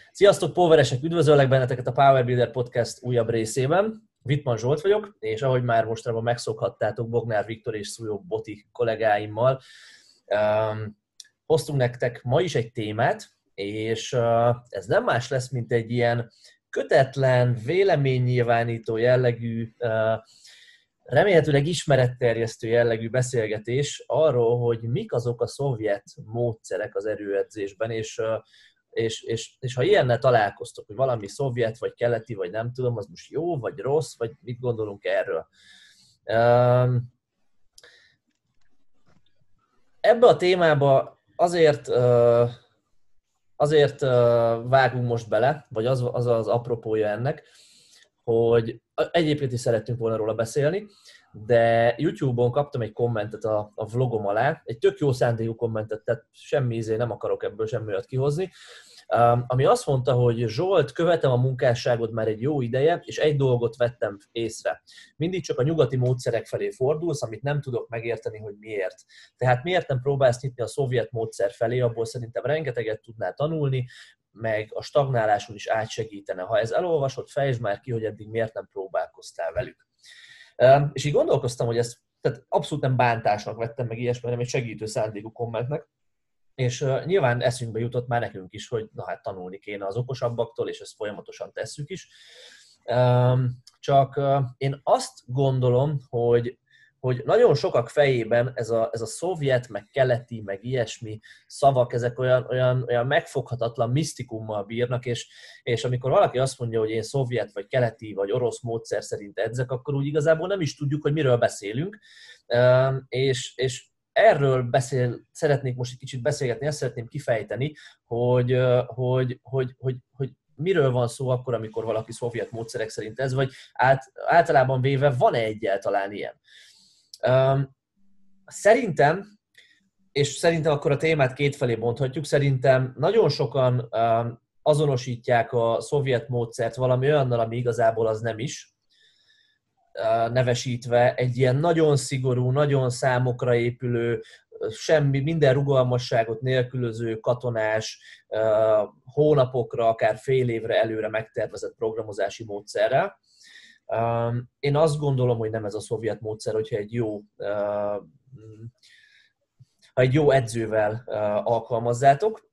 Sziasztok, Poweresek! Üdvözöllek benneteket a Power Builder Podcast újabb részében. Wittmann Zsolt vagyok, és ahogy már mostanában megszokhattátok, Bognár Viktor és Szújó Boti kollégáimmal hoztunk nektek ma is egy témát, és ez nem más lesz, mint egy ilyen kötetlen, véleménynyilvánító jellegű, remélhetőleg ismeretterjesztő jellegű beszélgetés arról, hogy mik azok a szovjet módszerek az erőedzésben, és ha ilyennel találkoztok, hogy valami szovjet, vagy keleti, vagy nem tudom, az most jó, vagy rossz, vagy mit gondolunk erről. Ebbe a témába azért vágunk most bele, vagy az apropója ennek, hogy egyébként is szerettünk volna róla beszélni, de YouTube-on kaptam egy kommentet a vlogom alá, egy tök jó szándékú kommentet, tehát nem akarok ebből semmi olyat kihozni, ami azt mondta, hogy Zsolt, követem a munkásságot már egy jó ideje, és egy dolgot vettem észre. Mindig csak a nyugati módszerek felé fordulsz, amit nem tudok megérteni, hogy miért. Tehát miért nem próbálsz nyitni a szovjet módszer felé, abból szerintem rengeteget tudnál tanulni, meg a stagnáláson is átsegítene. Ha ez elolvasod, fejtsd már ki, hogy eddig miért nem próbálkoztál velük. És így gondolkoztam, hogy ezt tehát abszolút nem bántásnak vettem meg ilyesmi, hanem egy segítő szándékú kommentnek. És nyilván eszünkbe jutott már nekünk is, hogy na hát tanulni kéne az okosabbaktól, és ezt folyamatosan tesszük is. Csak én azt gondolom, hogy nagyon sokak fejében ez a szovjet, meg keleti, meg ilyesmi szavak, ezek olyan megfoghatatlan misztikummal bírnak, és amikor valaki azt mondja, hogy én szovjet, vagy keleti, vagy orosz módszer szerint edzek, akkor úgy igazából nem is tudjuk, hogy miről beszélünk, és erről szeretnék most egy kicsit beszélgetni, ezt szeretném kifejteni, hogy miről van szó akkor, amikor valaki szovjet módszerek szerint ez, vagy általában véve van-e egyáltalán ilyen. Szerintem akkor a témát kétfelé bonthatjuk, szerintem nagyon sokan azonosítják a szovjet módszert valami olyannal, ami igazából az nem is, nevesítve egy ilyen nagyon szigorú, nagyon számokra épülő, minden rugalmasságot nélkülöző katonás, hónapokra, akár fél évre előre megtervezett programozási módszerrel. Én azt gondolom, hogy nem ez a szovjet módszer, hogyha egy jó edzővel alkalmazzátok.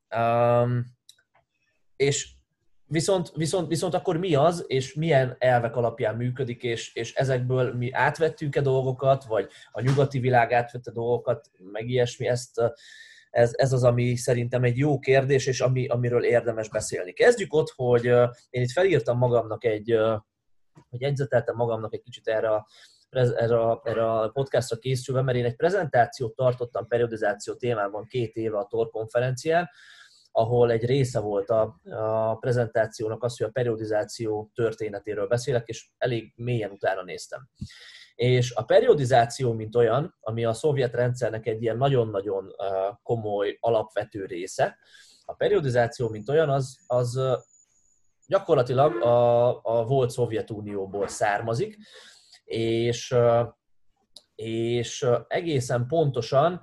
És Viszont akkor mi az, és milyen elvek alapján működik, és ezekből mi átvettünk-e dolgokat, vagy a nyugati világ átvette dolgokat, meg ilyesmi, ez az, ami szerintem egy jó kérdés, és amiről érdemes beszélni. Kezdjük ott, hogy én itt felírtam magamnak hogy jegyzeteltem magamnak egy kicsit erre a podcastra készülve, mert én egy prezentációt tartottam periodizáció témában 2 éve a TOR konferencián, ahol egy része volt a prezentációnak az, hogy a periodizáció történetéről beszélek, és elég mélyen utána néztem. És a periodizáció, mint olyan, ami a szovjet rendszernek egy ilyen nagyon-nagyon komoly, alapvető része, a periodizáció, mint olyan, az gyakorlatilag a volt Szovjetunióból származik, és egészen pontosan,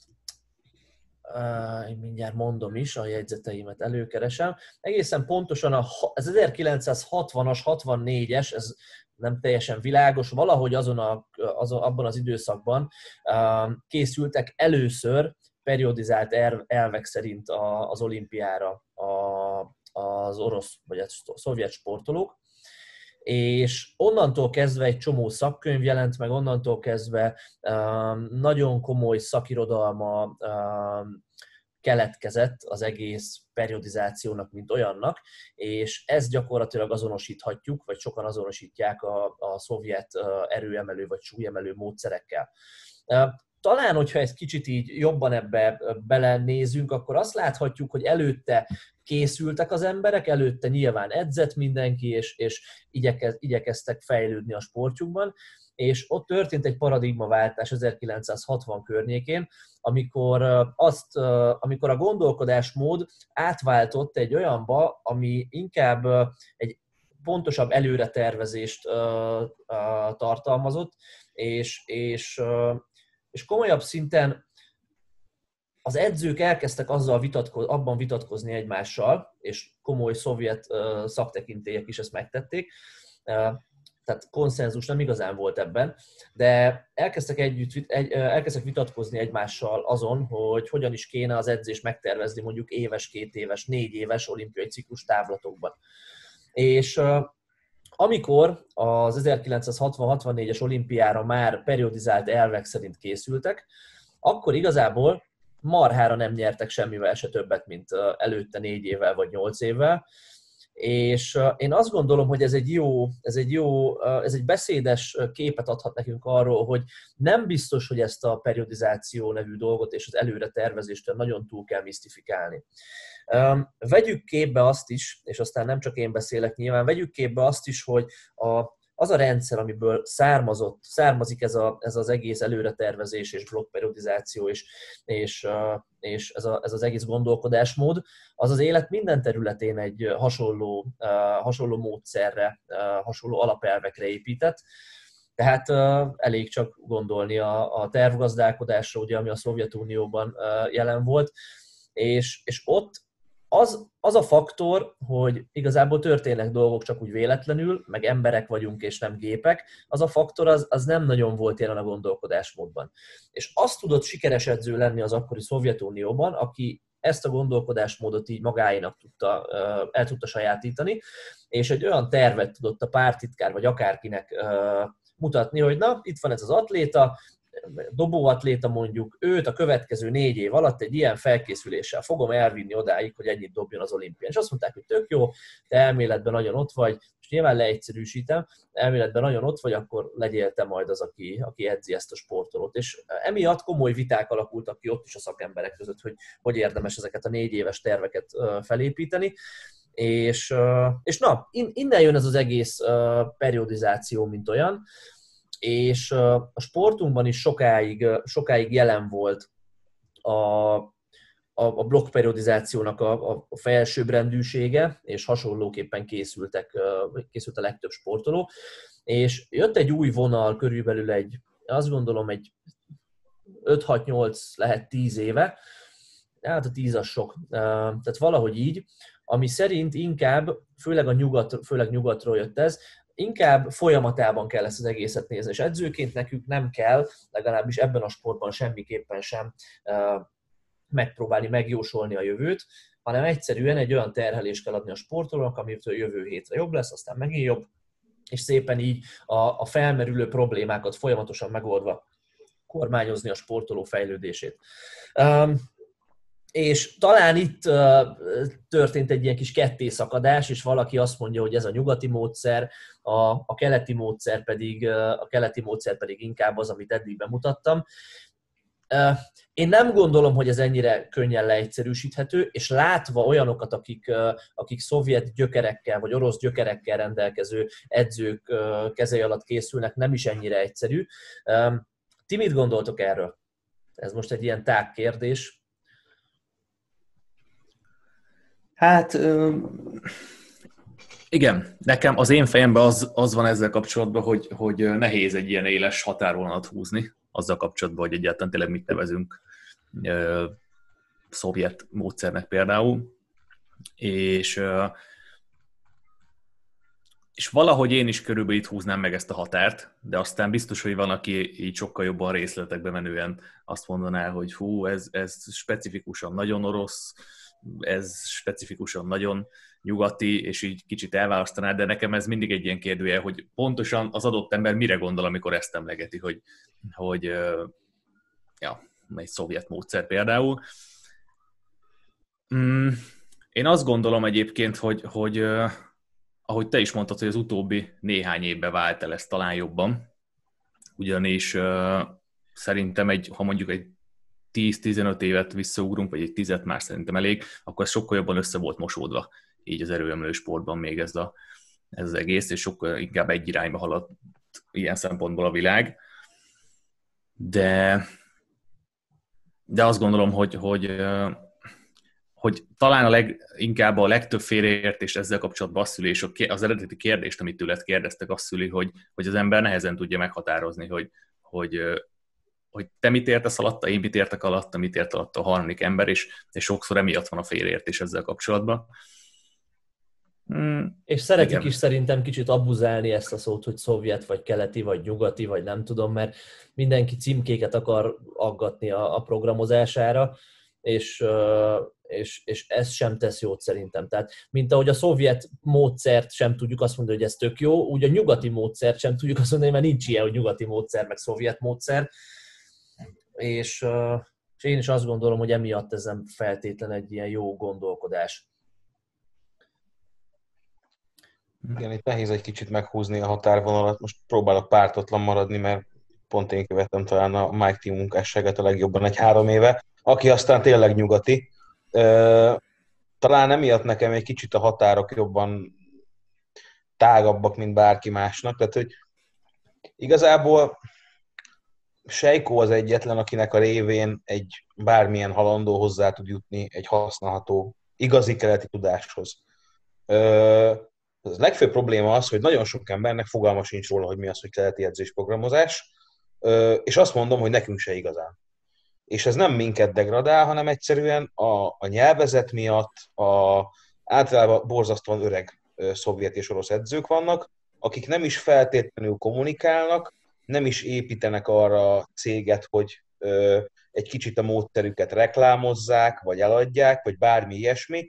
én mindjárt mondom is, a jegyzeteimet előkeresem, egészen pontosan az 1960-as, 64-es, ez nem teljesen világos, valahogy abban az időszakban készültek először periodizált elvek szerint az olimpiára az orosz vagy a szovjet sportolók, és onnantól kezdve egy csomó szakkönyv jelent meg, onnantól kezdve nagyon komoly szakirodalma keletkezett az egész periodizációnak, mint olyannak, és ezt gyakorlatilag azonosíthatjuk, vagy sokan azonosítják a szovjet erőemelő vagy súlyemelő módszerekkel. Talán, hogyha egy kicsit így jobban ebbe belenézünk, akkor azt láthatjuk, hogy előtte készültek az emberek, előtte nyilván edzett mindenki, és igyekeztek fejlődni a sportjukban, és ott történt egy paradigmaváltás 1960 környékén, amikor a gondolkodásmód átváltott egy olyanba, ami inkább egy pontosabb előretervezést tartalmazott, és komolyabb szinten az edzők elkezdtek abban vitatkozni egymással, és komoly szovjet szaktekintélyek is ezt megtették, tehát konszenzus nem igazán volt ebben, de elkezdtek vitatkozni egymással azon, hogy hogyan is kéne az edzést megtervezni mondjuk éves, 2 éves, 4 éves olimpiai ciklus távlatokban. És amikor az 1960-64-es olimpiára már periodizált elvek szerint készültek, akkor igazából marhára nem nyertek semmivel se többet, mint előtte 4 évvel vagy 8 évvel, és én azt gondolom, hogy ez egy beszédes képet adhat nekünk arról, hogy nem biztos, hogy ezt a periodizáció nevű dolgot és az előre tervezést nagyon túl kell misztifikálni. Vegyük képbe azt is, és aztán nem csak én beszélek nyilván, vegyük képbe azt is, hogy az a rendszer, amiből származik ez az egész előretervezés és blokkperiodizáció és ez az egész gondolkodásmód, az élet minden területén egy hasonló módszerre, hasonló alapelvekre épített. Tehát elég csak gondolni a tervgazdálkodásra, ugye, ami a Szovjetunióban jelen volt, és ott az a faktor, hogy igazából történnek dolgok csak úgy véletlenül, meg emberek vagyunk és nem gépek, az a faktor az nem nagyon volt jelen a gondolkodásmódban. És azt tudott sikeres edző lenni az akkori Szovjetunióban, aki ezt a gondolkodásmódot így magáénak el tudta sajátítani, és egy olyan tervet tudott a pártitkár vagy akárkinek mutatni, hogy na, itt van ez az atléta, dobóatléta mondjuk, őt a következő 4 év alatt egy ilyen felkészüléssel fogom elvinni odáig, hogy ennyit dobjon az olimpián. És azt mondták, hogy tök jó, te elméletben nagyon ott vagy, és nyilván leegyszerűsítem, elméletben nagyon ott vagy, akkor legyél te majd az, aki edzi ezt a sportolót. És emiatt komoly viták alakultak ki ott is a szakemberek között, hogy érdemes ezeket a 4 éves terveket felépíteni. És na, innen jön ez az egész periodizáció, mint olyan, és a sportunkban is sokáig jelen volt a blokkperiodizációnak a felsőbbrendűsége, és hasonlóképpen készült a legtöbb sportoló. És jött egy új vonal, körülbelül azt gondolom egy 5-6-8, lehet 10 éve, hát a 10 az sok, tehát valahogy így, ami szerint inkább, főleg nyugatról jött ez, inkább folyamatában kell ezt az egészet nézni, és edzőként nekünk nem kell, legalábbis ebben a sportban semmiképpen sem megpróbálni megjósolni a jövőt, hanem egyszerűen egy olyan terhelést kell adni a sportolónak, amitől jövő hétre jobb lesz, aztán megint jobb, és szépen így a felmerülő problémákat folyamatosan megoldva kormányozni a sportoló fejlődését. És talán itt történt egy ilyen kis kettészakadás, és valaki azt mondja, hogy ez a nyugati módszer, a keleti módszer pedig inkább az, amit eddig bemutattam. Én nem gondolom, hogy ez ennyire könnyen leegyszerűsíthető, és látva olyanokat, akik szovjet gyökerekkel, vagy orosz gyökerekkel rendelkező edzők kezei alatt készülnek, nem is ennyire egyszerű. Ti mit gondoltok erről? Ez most egy ilyen tág kérdés. Hát igen, nekem az én fejemben az van ezzel kapcsolatban, hogy nehéz egy ilyen éles határvonalat húzni azzal kapcsolatban, hogy egyáltalán tényleg mit nevezünk szovjet módszernek például. És valahogy én is körülbelül itt húznám meg ezt a határt, de aztán biztos, hogy van, aki így sokkal jobban részletekbe menően azt mondaná, hogy hú, ez specifikusan nagyon orosz, ez specifikusan nagyon nyugati, és így kicsit elválasztaná, de nekem ez mindig egy ilyen kérdője, hogy pontosan az adott ember mire gondol, amikor ezt emlegeti, hogy egy szovjet módszer például. Én azt gondolom egyébként, hogy ahogy te is mondtad, hogy az utóbbi néhány évben vált el ez talán jobban, ugyanis szerintem ha mondjuk egy 10-15 évet visszaugrunk, vagy egy 10 már szerintem elég, akkor ez sokkal jobban össze volt mosódva így az erőemelő sportban még ez az egész, és sokkal inkább egy irányba haladt ilyen szempontból a világ. De azt gondolom, hogy talán inkább a legtöbb félreértés ezzel kapcsolatban azt szüli, és az eredeti kérdést, amit tőled kérdeztek, azt szüli, hogy az ember nehezen tudja meghatározni, hogy hogy te mit értesz alatta, én mit értek alatta, mit ért alatta a harmadik ember, és sokszor emiatt van a félreértés ezzel kapcsolatban. És szeretik Igen. is szerintem kicsit abuzálni ezt a szót, hogy szovjet, vagy keleti, vagy nyugati, vagy nem tudom, mert mindenki címkéket akar aggatni a programozására, és ez sem tesz jót szerintem. Tehát, mint ahogy a szovjet módszert sem tudjuk azt mondani, hogy ez tök jó, úgy a nyugati módszert sem tudjuk azt mondani, mert nincs ilyen, hogy nyugati módszer, meg szovjet módszer. És én is azt gondolom, hogy emiatt ez nem feltétlen egy ilyen jó gondolkodás. Igen, itt nehéz egy kicsit meghúzni a határvonalat. Most próbálok pártatlan maradni, mert pont én követem talán a Mike T munkásságát a legjobban egy 3 éve, aki aztán tényleg nyugati. Talán emiatt nekem egy kicsit a határok jobban tágabbak, mint bárki másnak. Tehát, hogy igazából Sejko az egyetlen, akinek a révén egy bármilyen halandó hozzá tud jutni egy használható, igazi keleti tudáshoz. Az legfőbb probléma az, hogy nagyon sok embernek fogalma sincs róla, hogy mi az, hogy keleti edzésprogramozás, és azt mondom, hogy nekünk se igazán. És ez nem minket degradál, hanem egyszerűen a nyelvezet miatt általában borzasztóan öreg szovjet és orosz edzők vannak, akik nem is feltétlenül kommunikálnak, nem is építenek arra céget, hogy egy kicsit a módszerüket reklámozzák, vagy eladják, vagy bármi ilyesmi.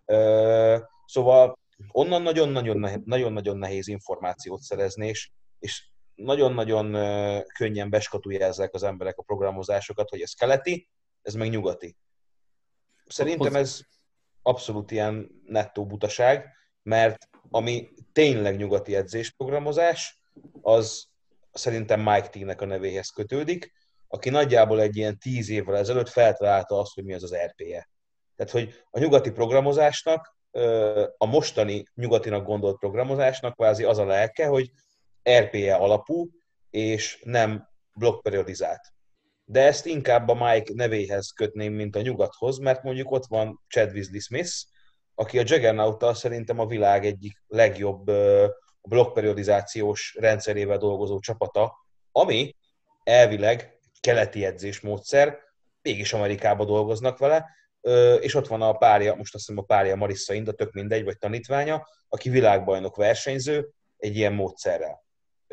Szóval onnan nagyon-nagyon nehéz információt szerezni, és nagyon-nagyon könnyen beskatuljázzák az emberek a programozásokat, hogy ez keleti, ez meg nyugati. Szerintem ez abszolút ilyen nettó butaság, mert ami tényleg nyugati edzésprogramozás, az szerintem Mike T-nek a nevéhez kötődik, aki nagyjából egy ilyen 10 évvel ezelőtt feltalálta azt, hogy mi az RPE. Tehát, hogy a nyugati programozásnak, a mostani nyugatinak gondolt programozásnak kvázi az a lelke, hogy RPE alapú, és nem blokkperiodizált. De ezt inkább a Mike nevéhez kötném, mint a nyugathoz, mert mondjuk ott van Chad Wisley-Smith, aki a Juggernaut-tal szerintem a világ egyik legjobb blokkperiodizációs rendszerével dolgozó csapata, ami elvileg keleti edzésmódszer, mégis Amerikában dolgoznak vele, és ott van a párja, most azt hiszem a párja Marissa Inda, tök mindegy, vagy tanítványa, aki világbajnok versenyző egy ilyen módszerrel.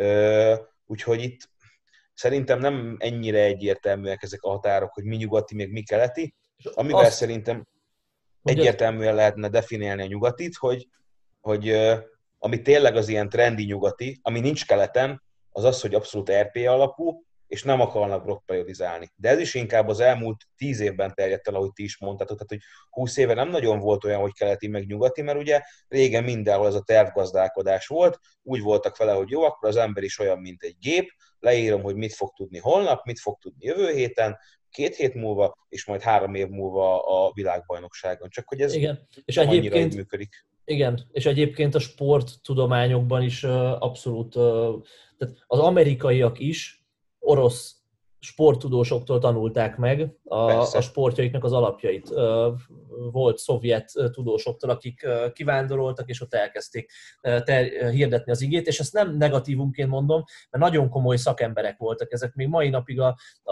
Úgyhogy itt szerintem nem ennyire egyértelműek ezek a határok, hogy mi nyugati, még mi keleti, amivel szerintem egyértelműen lehetne definiálni a nyugatit, hogy ami tényleg az ilyen trendi nyugati, ami nincs keleten, az az, hogy abszolút RPE alapú, és nem akarnak blokkperiodizálni. De ez is inkább az elmúlt 10 évben terjedt el, ahogy ti is mondtátok, tehát hogy 20 éve nem nagyon volt olyan, hogy keleti meg nyugati, mert ugye régen mindenhol ez a tervgazdálkodás volt, úgy voltak vele, hogy jó, akkor az ember is olyan, mint egy gép, leírom, hogy mit fog tudni holnap, mit fog tudni jövő héten, 2 hét múlva, és majd 3 év múlva a világbajnokságon. Csak hogy ez igen. És nem annyira így működik. Igen, és egyébként a sporttudományokban is abszolút, tehát az amerikaiak is orosz sporttudósoktól tanulták meg a sportjaiknak az alapjait. Volt szovjet tudósoktól, akik kivándoroltak, és ott elkezdték hirdetni az igét, és ezt nem negatívumként mondom, mert nagyon komoly szakemberek voltak. Ezek még mai napig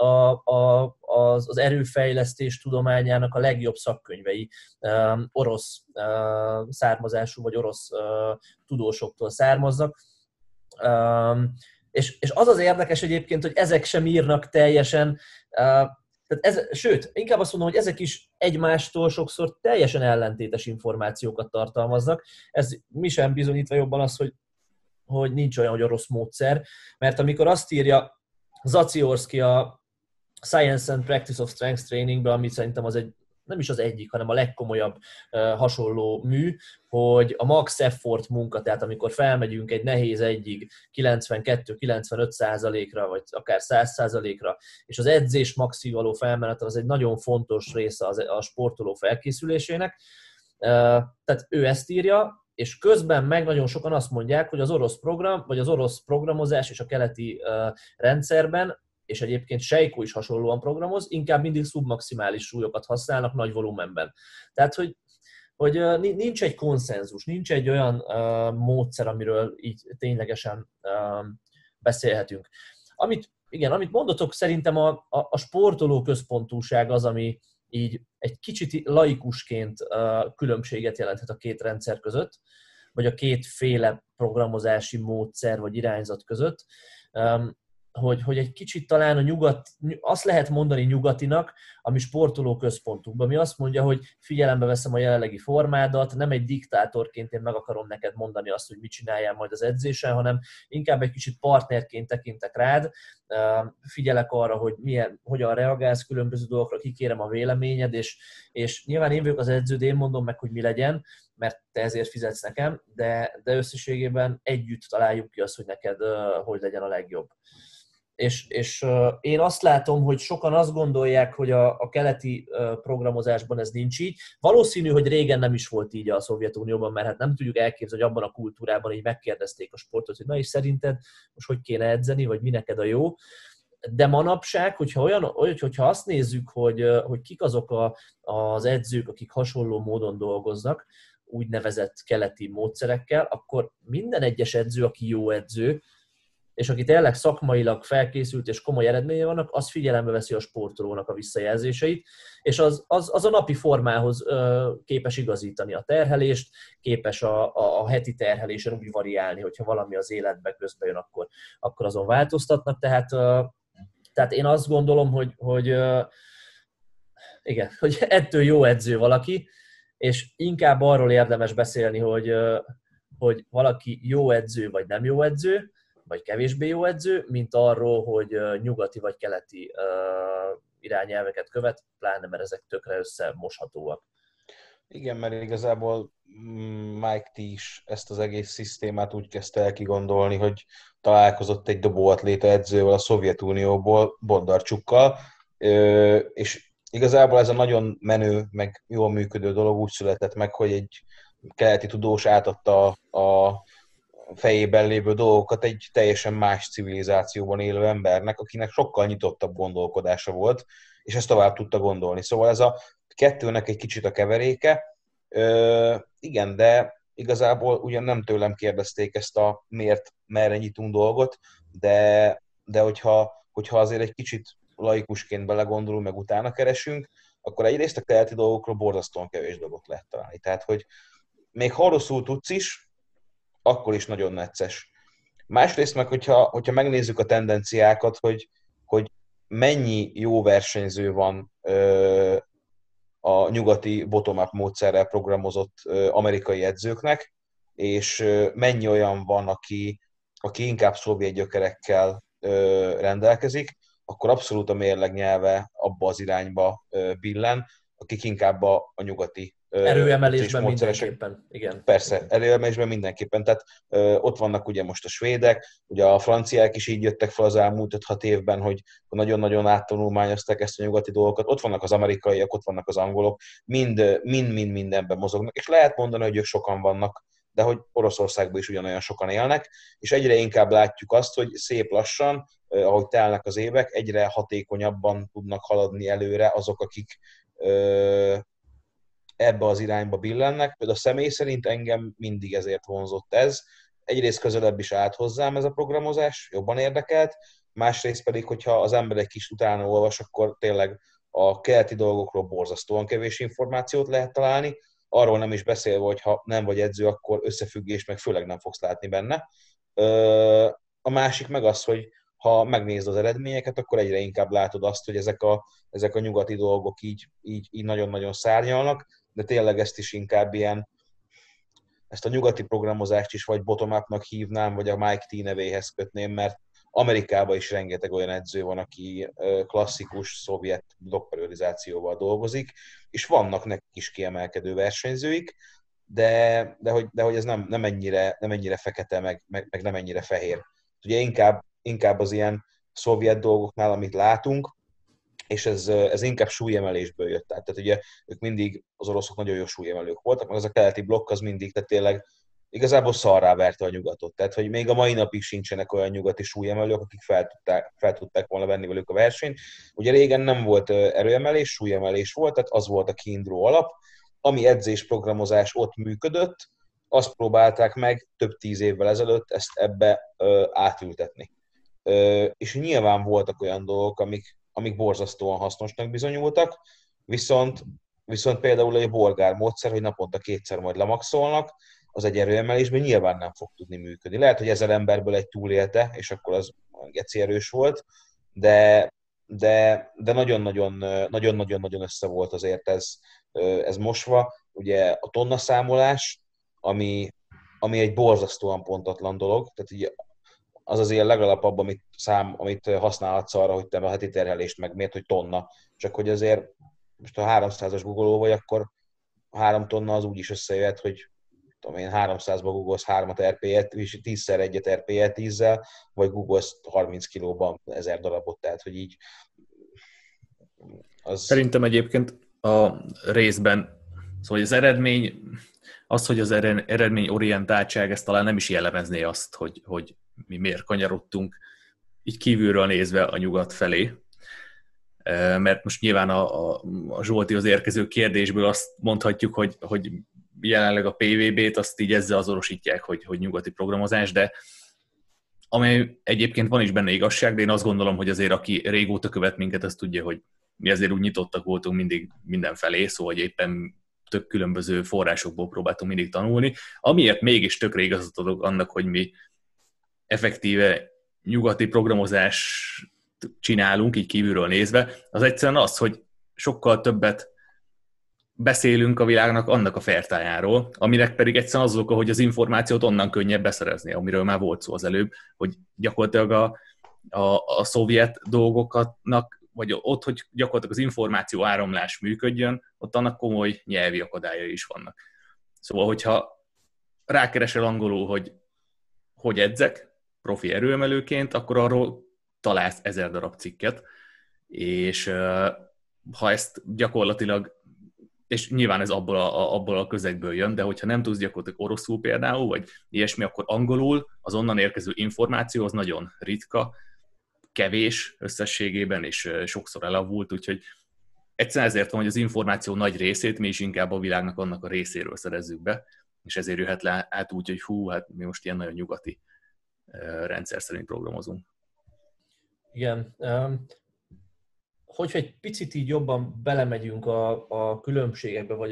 az erőfejlesztés tudományának a legjobb szakkönyvei orosz származású, vagy orosz tudósoktól származnak. És az az érdekes egyébként, hogy ezek sem írnak teljesen, sőt, inkább azt mondom, hogy ezek is egymástól sokszor teljesen ellentétes információkat tartalmaznak. Ez mi sem bizonyítva jobban az, hogy nincs olyan, hogy orosz módszer, mert amikor azt írja Zaciorski a Science and Practice of Strength Trainingben, ami szerintem az nem is az egyik, hanem a legkomolyabb hasonló mű, hogy a max effort munka, tehát amikor felmegyünk egy nehéz egyig 92-95%-ra, vagy akár 100%-ra, és az edzés maxig való felmenet az egy nagyon fontos része a sportoló felkészülésének. Tehát ő ezt írja, és közben meg nagyon sokan azt mondják, hogy az orosz program, vagy az orosz programozás és a keleti rendszerben, és egyébként Sejko is hasonlóan programoz, inkább mindig szubmaximális súlyokat használnak nagy volumenben. Tehát, hogy nincs egy konszenzus, nincs egy olyan módszer, amiről így ténylegesen beszélhetünk. Amit igen, amit mondotok, szerintem a sportoló központúság az, ami így egy kicsit laikusként különbséget jelenthet a két rendszer között, vagy a kétféle programozási módszer vagy irányzat között, hogy egy kicsit talán azt lehet mondani nyugatinak, ami sportoló központúkban, ami azt mondja, hogy figyelembe veszem a jelenlegi formádat, nem egy diktátorként én meg akarom neked mondani azt, hogy mit csináljál majd az edzésen, hanem inkább egy kicsit partnerként tekintek rád, figyelek arra, hogy hogyan reagálsz különböző dolgokra, kikérem a véleményed, és nyilván én vagyok az edződ, én mondom meg, hogy mi legyen, mert te ezért fizetsz nekem, de összességében együtt találjuk ki azt, hogy neked hogy legyen a legjobb. És én azt látom, hogy sokan azt gondolják, hogy a keleti programozásban ez nincs így. Valószínű, hogy régen nem is volt így a Szovjetunióban, mert hát nem tudjuk elképzelni, hogy abban a kultúrában így megkérdezték a sportot, hogy na és szerinted most hogy kéne edzeni, vagy mi neked a jó. De manapság, hogyha azt nézzük, hogy kik azok az edzők, akik hasonló módon dolgoznak, úgynevezett keleti módszerekkel, akkor minden egyes edző, aki jó edző, és aki tényleg szakmailag felkészült és komoly eredménye vannak, az figyelembe veszi a sportolónak a visszajelzéseit, és az a napi formához képes igazítani a terhelést, képes a heti terhelésen úgy variálni, hogyha valami az életbe közbe jön, akkor azon változtatnak. Tehát én azt gondolom, hogy ettől jó edző valaki, és inkább arról érdemes beszélni, hogy valaki jó edző vagy nem jó edző, vagy kevésbé jó edző, mint arról, hogy nyugati vagy keleti irányelveket követ, pláne mert ezek tökre összemoshatóak. Igen, mert igazából Mike T is ezt az egész szisztémát úgy kezdte el kigondolni, hogy találkozott egy dobóatléta edzővel a Szovjetunióból, Bondarcsukkal, és igazából ez a nagyon menő, meg jól működő dolog úgy született meg, hogy egy keleti tudós átadta a fejében lévő dolgokat egy teljesen más civilizációban élő embernek, akinek sokkal nyitottabb gondolkodása volt, és ezt tovább tudta gondolni. Szóval ez a kettőnek egy kicsit a keveréke. Igen, de igazából ugyan nem tőlem kérdezték ezt a miért, merre nyitunk dolgot, de hogyha azért egy kicsit laikusként belegondolunk, meg utána keresünk, akkor egyrészt a keleti dolgokról borzasztóan kevés dolgot lehet találni. Tehát, hogy még ha rosszul tudsz is, akkor is nagyon necces. Másrészt meg, hogyha megnézzük a tendenciákat, hogy mennyi jó versenyző van a nyugati bottom-up módszerrel programozott amerikai edzőknek, és mennyi olyan van, aki inkább szovjet gyökerekkel rendelkezik, akkor abszolút a mérleg nyelve abba az irányba billen, akik inkább a nyugati erőemelésben mindenképpen, igen. Persze, erőemelésben mindenképpen. Tehát ott vannak ugye most a svédek, ugye a franciák is így jöttek fel az elmúlt 5-6 évben, hogy nagyon-nagyon áttanulmányozták ezt a nyugati dolgokat. Ott vannak az amerikaiak, ott vannak az angolok, mind mindenben mozognak. És lehet mondani, hogy ők sokan vannak, de hogy Oroszországban is ugyanolyan sokan élnek, és egyre inkább látjuk azt, hogy szép lassan, ahogy telnek az évek, egyre hatékonyabban tudnak haladni előre azok, akik ebbe az irányba billennek. Például a személy szerint engem mindig ezért vonzott ez. Egyrészt közelebb is állt hozzám ez a programozás, jobban érdekelt, másrészt pedig, hogyha az ember egy kis utána olvas, akkor tényleg a keleti dolgokról borzasztóan kevés információt lehet találni, arról nem is beszélve, hogy ha nem vagy edző, akkor összefüggés meg főleg nem fogsz látni benne. A másik meg az, hogy ha megnézed az eredményeket, akkor egyre inkább látod azt, hogy ezek a nyugati dolgok így nagyon-nagyon szárnyalnak, de tényleg ezt is inkább ezt a nyugati programozást is vagy bottom-upnak hívnám, vagy a Mike T nevéhez kötném, mert Amerikában is rengeteg olyan edző van, aki klasszikus szovjet blokkperiodizációval dolgozik, és vannak nekik is kiemelkedő versenyzőik, de hogy ez nem ennyire fekete, meg nem ennyire fehér. Ugye inkább az ilyen szovjet dolgoknál, amit látunk, és ez inkább súlyemelésből jött. Tehát ugye ők mindig, az oroszok nagyon jó súlyemelők voltak, meg az a keleti blokk az mindig, tehát tényleg igazából szarrá verte a nyugatot. Tehát, hogy még a mai napig sincsenek olyan nyugati súlyemelők, akik fel tudták volna venni velük a versenyt. Ugye régen nem volt erőemelés, súlyemelés volt, tehát az volt a kiinduló alap. Ami edzésprogramozás ott működött, azt próbálták meg több 10 évvel ezelőtt ezt ebbe átültetni. és nyilván voltak olyan dolgok, amik borzasztóan hasznosnak bizonyultak, viszont például egy bolgár módszer, hogy naponta 2-szer majd lemaxolnak, az egy erőemelésben nyilván nem fog tudni működni. Lehet, hogy 1000 emberből egy túlélte, és akkor az geci erős volt, de nagyon-nagyon össze volt azért ez mosva. Ugye a tonna számolás, ami egy borzasztóan pontatlan dolog, tehát ugye az azért legalapabb, amit használhatsz arra, hogy te a heti terhelést megmért, hogy tonna. Csak hogy azért most ha 300-as googoló vagy, akkor a 3 tonna az úgy is összejöhet, hogy tudom én, 300-ba googolsz 3-at RP-et, és 10-szer egyet RP-et 10-zel, vagy googolsz 30 kilóban 1000 darabot, tehát hogy így az... Szerintem egyébként a részben, szóval hogy az eredményorientáltság, ez talán nem is jellemezné azt, hogy mi miért kanyarodtunk így kívülről nézve a nyugat felé. Mert most nyilván a Zsoltihoz érkező kérdésből azt mondhatjuk, hogy jelenleg a PVB-t azt így ezzel azonosítják, hogy nyugati programozás, de amely egyébként van is benne igazság, de én azt gondolom, hogy azért aki régóta követ minket, az tudja, hogy mi azért úgy nyitottak voltunk mindig mindenfelé, szóval éppen tök különböző forrásokból próbáltunk mindig tanulni, amiért mégis tökre igazat adok annak, hogy mi effektíve nyugati programozást csinálunk, így kívülről nézve, az egyszerűen az, hogy sokkal többet beszélünk a világnak annak a fertájáról, aminek pedig egyszerűen az oka, hogy az információt onnan könnyebb beszerezni, amiről már volt szó az előbb, hogy gyakorlatilag a szovjet dolgoknak, vagy ott, hogy gyakorlatilag az információ áramlás működjön, ott annak komoly nyelvi akadályai is vannak. Szóval, hogyha rákeresel angolul, hogy edzek profi erőemelőként, akkor arról találsz 1000 darab cikket, és ha ezt gyakorlatilag, és nyilván ez abból a közegből jön, de hogyha nem tudsz gyakorlatilag oroszul például, vagy ilyesmi, akkor angolul az onnan érkező információ az nagyon ritka, kevés összességében, és sokszor elavult, úgyhogy egyszerűen ezért van, hogy az információ nagy részét mi is inkább a világnak annak a részéről szerezzük be, és ezért jöhet le át úgy, hogy hát mi most ilyen nagyon nyugati rendszer szerint programozunk. Igen. Hogyha egy picit így jobban belemegyünk a különbségekbe, vagy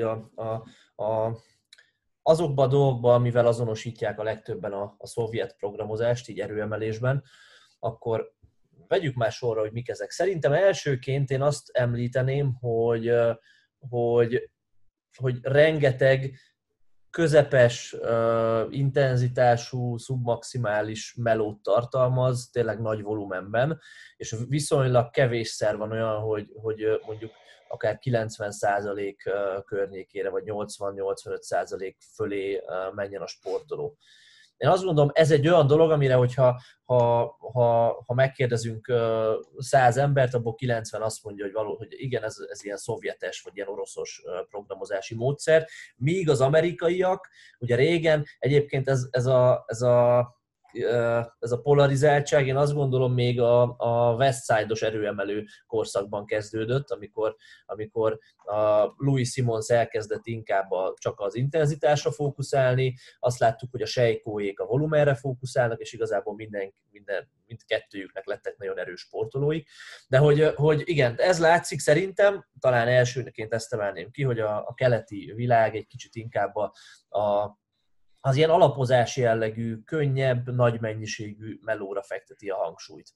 azokba a dolgokba, amivel azonosítják a legtöbben a szovjet programozást, így erőemelésben, akkor vegyük már sorra, hogy mik ezek. Szerintem elsőként én azt említeném, hogy rengeteg közepes, intenzitású, szubmaximális melót tartalmaz, tényleg nagy volumenben, és viszonylag kevésszer van olyan, hogy mondjuk akár 90% környékére, vagy 80-85% fölé menjen a sportoló. Én azt gondolom, ez egy olyan dolog, amire, hogyha megkérdezünk 100 embert, abból 90 azt mondja, hogy igen, ez ilyen szovjetes, vagy ilyen oroszos programozási módszer, míg az amerikaiak, ugye régen egyébként ez a polarizáltság, én azt gondolom még a Westside-os erőemelő korszakban kezdődött, amikor a Louis Simmons elkezdett inkább csak az intenzitásra fókuszálni, azt láttuk, hogy a sejkóék a volumenre fókuszálnak, és igazából mindkettőjüknek lettek nagyon erős sportolóik. De hogy igen, ez látszik szerintem, talán elsőként ezt emelném ki, hogy a keleti világ egy kicsit inkább az ilyen alapozási jellegű, könnyebb, nagy mennyiségű melóra fekteti a hangsúlyt.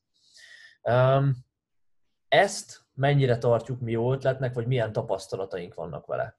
Ezt mennyire tartjuk mi jó ötletnek, vagy milyen tapasztalataink vannak vele?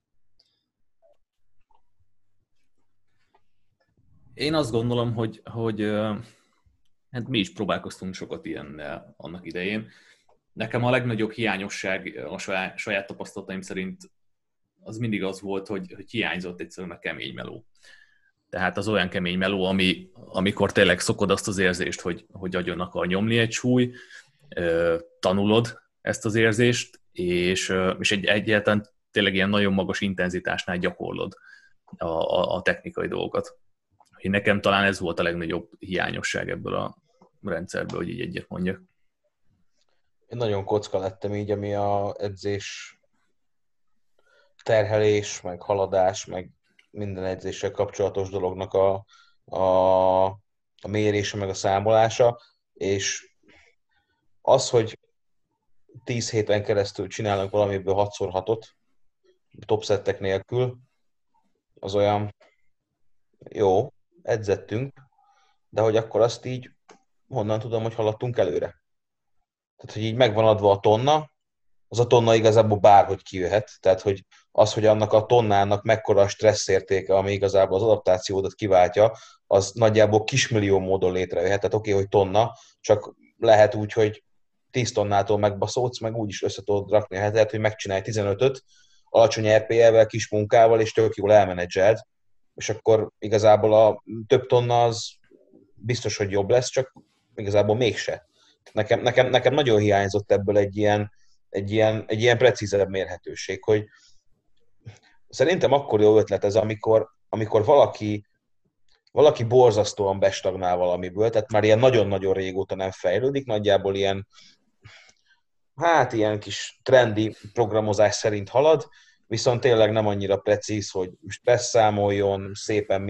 Én azt gondolom, hogy hát mi is próbálkoztunk sokat ilyennel annak idején. Nekem a legnagyobb hiányosság a saját tapasztalataim szerint az mindig az volt, hogy hiányzott egyszerűen a kemény meló. Tehát az olyan kemény meló, amikor tényleg szokod azt az érzést, hogy agyon akar nyomni egy súly, tanulod ezt az érzést, és egyáltalán tényleg ilyen nagyon magas intenzitásnál gyakorlod a technikai dolgokat. Nekem talán ez volt a legnagyobb hiányosság ebből a rendszerből, hogy így egyet mondjak. Én nagyon kocka lettem így, ami a edzés terhelés, meg haladás, meg minden edzéssel kapcsolatos dolognak a mérése, meg a számolása, és Az, hogy 10 héten keresztül csinálnak valamiből 6x6-ot, topszettek nélkül, az olyan jó, edzettünk, de hogy akkor azt így honnan tudom, hogy haladtunk előre. Tehát, hogy így megvan adva a tonna, az a tonna igazából bárhogy kijöhet. Tehát, hogy az, hogy annak a tonnának mekkora a stresszértéke, ami igazából az adaptációdat kiváltja, az nagyjából kismillió módon létrejöhet. Tehát oké, hogy tonna, csak lehet úgy, hogy 10 tonnától megbaszódsz, meg úgy is össze tudod rakni. Hát lehet, hogy megcsinálj 15-öt, alacsony RPE-vel, kis munkával, és tök jól elmenedzseld, és akkor igazából a több tonna az biztos, hogy jobb lesz, csak igazából mégse. Nekem nagyon hiányzott ebből egy ilyen precízebb mérhetőség, hogy szerintem akkor jó ötlet ez, amikor valaki borzasztóan bestagnál valamiből, tehát már ilyen nagyon-nagyon régóta nem fejlődik, nagyjából ilyen kis trendi programozás szerint halad, viszont tényleg nem annyira precíz, hogy most beszámoljon, szépen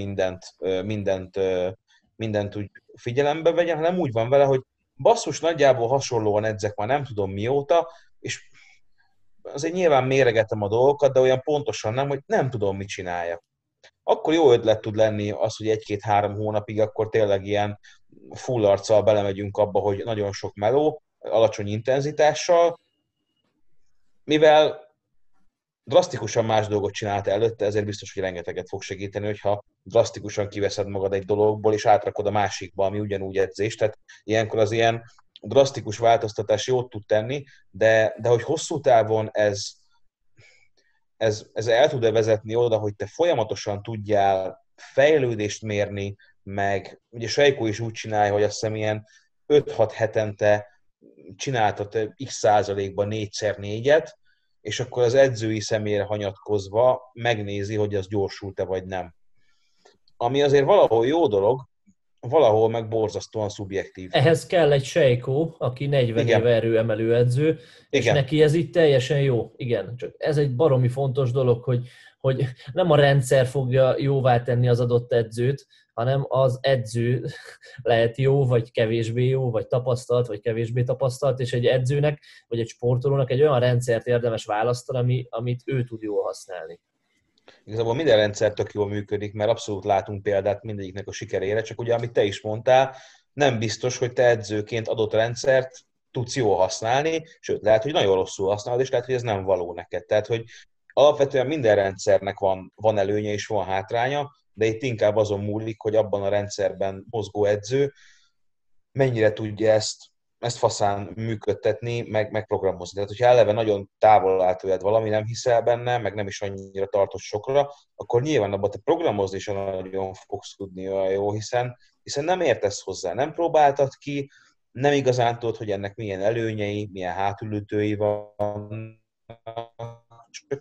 mindent úgy figyelembe vegyen, hanem úgy van vele, hogy basszus, nagyjából hasonlóan edzek már nem tudom mióta, és azért nyilván méregetem a dolgokat, de olyan pontosan nem, hogy nem tudom, mit csináljak. Akkor jó ötlet tud lenni az, hogy 1-2-3 hónapig akkor tényleg ilyen full arccal belemegyünk abba, hogy nagyon sok meló, alacsony intenzitással, mivel drasztikusan más dolgot csinált előtte, ezért biztos, hogy rengeteget fog segíteni, hogyha drasztikusan kiveszed magad egy dologból, és átrakod a másikba, ami ugyanúgy edzés. Tehát ilyenkor az ilyen drasztikus változtatás jót tud tenni, de hogy hosszú távon ez el tud-e vezetni oda, hogy te folyamatosan tudjál fejlődést mérni, meg ugye Sejko is úgy csinálja, hogy azt hiszem ilyen 5-6 hetente csináltat x százalékban 4x4-et, és akkor az edzői személyre hanyatkozva megnézi, hogy az gyorsult-e vagy nem. Ami azért valahol jó dolog, valahol meg borzasztóan szubjektív. Ehhez kell egy Sejko, aki 40 Igen. éve erőemelő edző, és Igen. neki ez így teljesen jó. Igen, csak ez egy baromi fontos dolog, hogy nem a rendszer fogja jóvá tenni az adott edzőt, hanem az edző lehet jó, vagy kevésbé jó, vagy tapasztalt, vagy kevésbé tapasztalt, és egy edzőnek, vagy egy sportolónak egy olyan rendszert érdemes választani, amit ő tud jól használni. Igazából minden rendszer tök jól működik, mert abszolút látunk példát mindegyiknek a sikerére, csak ugye, amit te is mondtál, nem biztos, hogy te edzőként adott rendszert tudsz jól használni, sőt, lehet, hogy nagyon rosszul használod, és lehet, hogy ez nem való neked. Tehát, hogy alapvetően minden rendszernek van előnye és van hátránya, de itt inkább azon múlik, hogy abban a rendszerben mozgó edző mennyire tudja ezt faszán működtetni, meg programozni. Tehát, hogyha eleve nagyon távol áll tőled valami, nem hiszel benne, meg nem is annyira tartott sokra, akkor nyilván abban te programozni is nagyon fogsz tudni olyan jó, hiszen nem értesz hozzá, nem próbáltad ki, nem igazán tudod, hogy ennek milyen előnyei, milyen hátulütői van, csak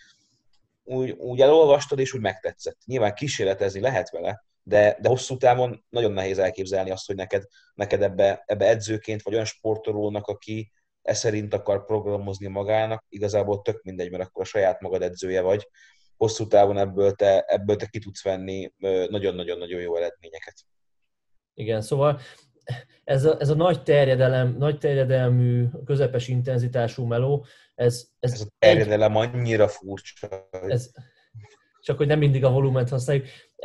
úgy elolvastad, és úgy megtetszett. Nyilván kísérletezni lehet vele, de hosszú távon nagyon nehéz elképzelni azt, hogy neked ebbe edzőként, vagy olyan sportolónak, aki szerint akar programozni magának, igazából tök mindegy, mert akkor a saját magad edzője vagy. Hosszú távon ebből te ki tudsz venni nagyon-nagyon-nagyon jó eredményeket. Igen, szóval ez a nagy terjedelmű, közepes intenzitású meló, ez a terjedelem annyira furcsa. Csak hogy nem mindig a volument használjuk.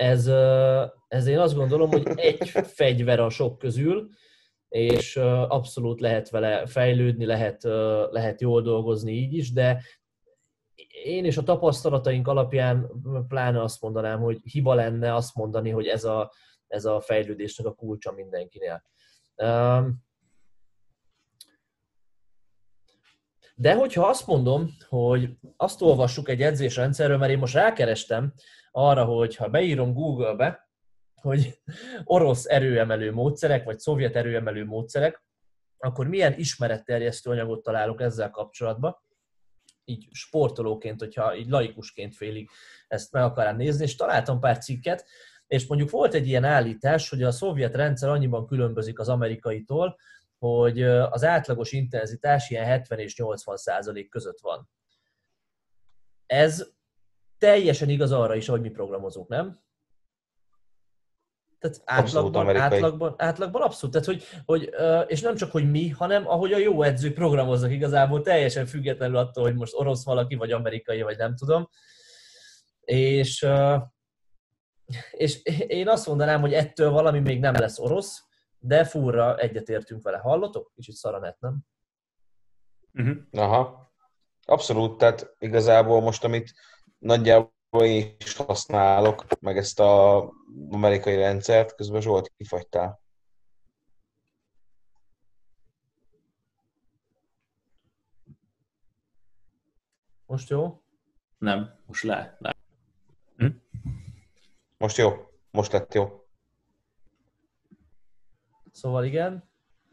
Ez én azt gondolom, hogy egy fegyver a sok közül, és abszolút lehet vele fejlődni, lehet jól dolgozni így is, de én és a tapasztalataink alapján pláne azt mondanám, hogy hiba lenne azt mondani, hogy ez a fejlődésnek a kulcsa mindenkinél. De hogyha azt mondom, hogy azt olvassuk egy edzésrendszerről, mert én most rákerestem arra, hogy ha beírom Google-be, hogy orosz erőemelő módszerek, vagy szovjet erőemelő módszerek, akkor milyen ismeretterjesztő anyagot találok ezzel kapcsolatban, így sportolóként, hogyha így laikusként félig ezt meg akarám nézni, és találtam pár cikket, és mondjuk volt egy ilyen állítás, hogy a szovjet rendszer annyiban különbözik az amerikaitól, hogy az átlagos intenzitás ilyen 70 és 80% között van. Ez teljesen igaz arra is, ahogy mi programozunk, nem? Tehát Abszolút amerikai. átlagban abszolút. Tehát, és nem csak, hogy mi, hanem ahogy a jó edzők programoznak igazából, teljesen függetlenül attól, hogy most orosz valaki, vagy amerikai, vagy nem tudom. És én azt mondanám, hogy ettől valami még nem lesz orosz, de furra egyetértünk vele. Hallotok? Kicsit szaranet, nem? Aha. Abszolút, tehát igazából most, amit nagyjából én is használok, meg ezt az amerikai rendszert, közben Zsolt kifagytál. Most jó? Nem, most le. Most jó, most lett jó. Szóval igen.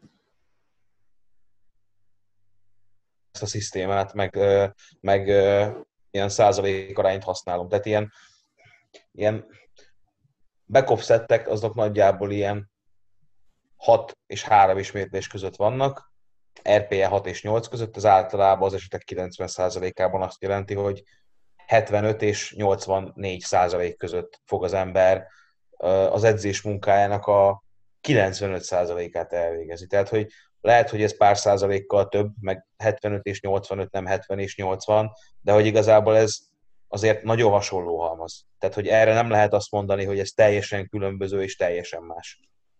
Ezt a szisztémát, meg ilyen százalék arányt használom. Tehát ilyen backup szettek, azok nagyjából ilyen 6 és 3 ismétlés között vannak. RPE 6 és 8 között, az általában az esetek 90%-ában azt jelenti, hogy 75 és 84% között fog az ember az edzés munkájának a 95%-át elvégezni. Tehát, hogy lehet, hogy ez pár százalékkal több, meg 75 és 85, nem 70 és 80, de hogy igazából ez azért nagyon hasonló halmaz. Tehát, hogy erre nem lehet azt mondani, hogy ez teljesen különböző és teljesen más.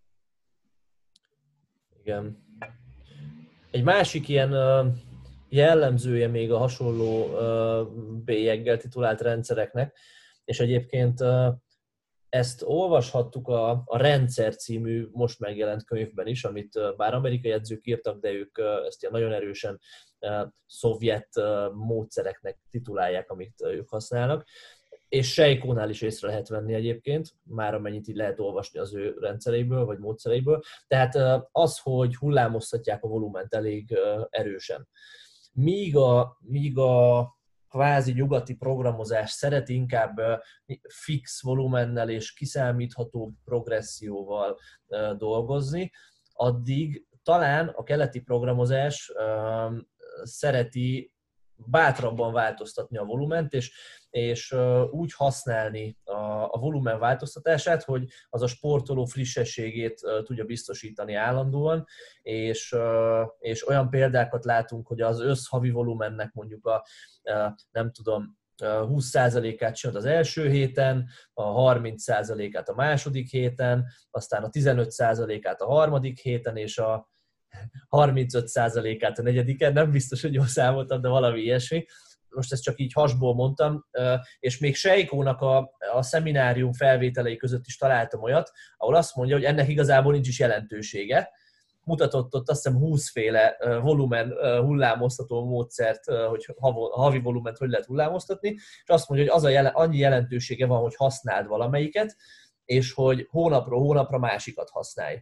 Igen. Egy másik ilyen jellemzője még a hasonló bélyeggel titulált rendszereknek, és egyébként ezt olvashattuk a Rendszer című most megjelent könyvben is, amit bár amerikai edzők írtak, de ők ezt ilyen nagyon erősen szovjet módszereknek titulálják, amit ők használnak. És Sejkónál is észre lehet venni egyébként, már amennyit így lehet olvasni az ő rendszereiből, vagy módszereiből. Tehát az, hogy hullámoztatják a volument elég erősen. Míg a kvázi nyugati programozás szeret inkább fix volumennel és kiszámítható progresszióval dolgozni, addig talán a keleti programozás szereti bátrabban változtatni a volument, és úgy használni a volumen változtatását, hogy az a sportoló frissességét tudja biztosítani állandóan, és olyan példákat látunk, hogy az összhavi volumennek mondjuk nem tudom, 20%-át csinált az első héten, a 30%-át a második héten, aztán a 15%-át a harmadik héten, és a 35%-át a negyediken, nem biztos, hogy jól számoltam, de valami ilyesmi. Most ezt csak így hasból mondtam, és még Sejkónak a szeminárium felvételei között is találtam olyat, ahol azt mondja, hogy ennek igazából nincs is jelentősége. Mutatott ott azt hiszem 20 féle volumen hullámoztató módszert, hogy havi volument hogy lehet hullámoztatni, és azt mondja, hogy annyi jelentősége van, hogy használd valamelyiket, és hogy hónapról hónapra másikat használj.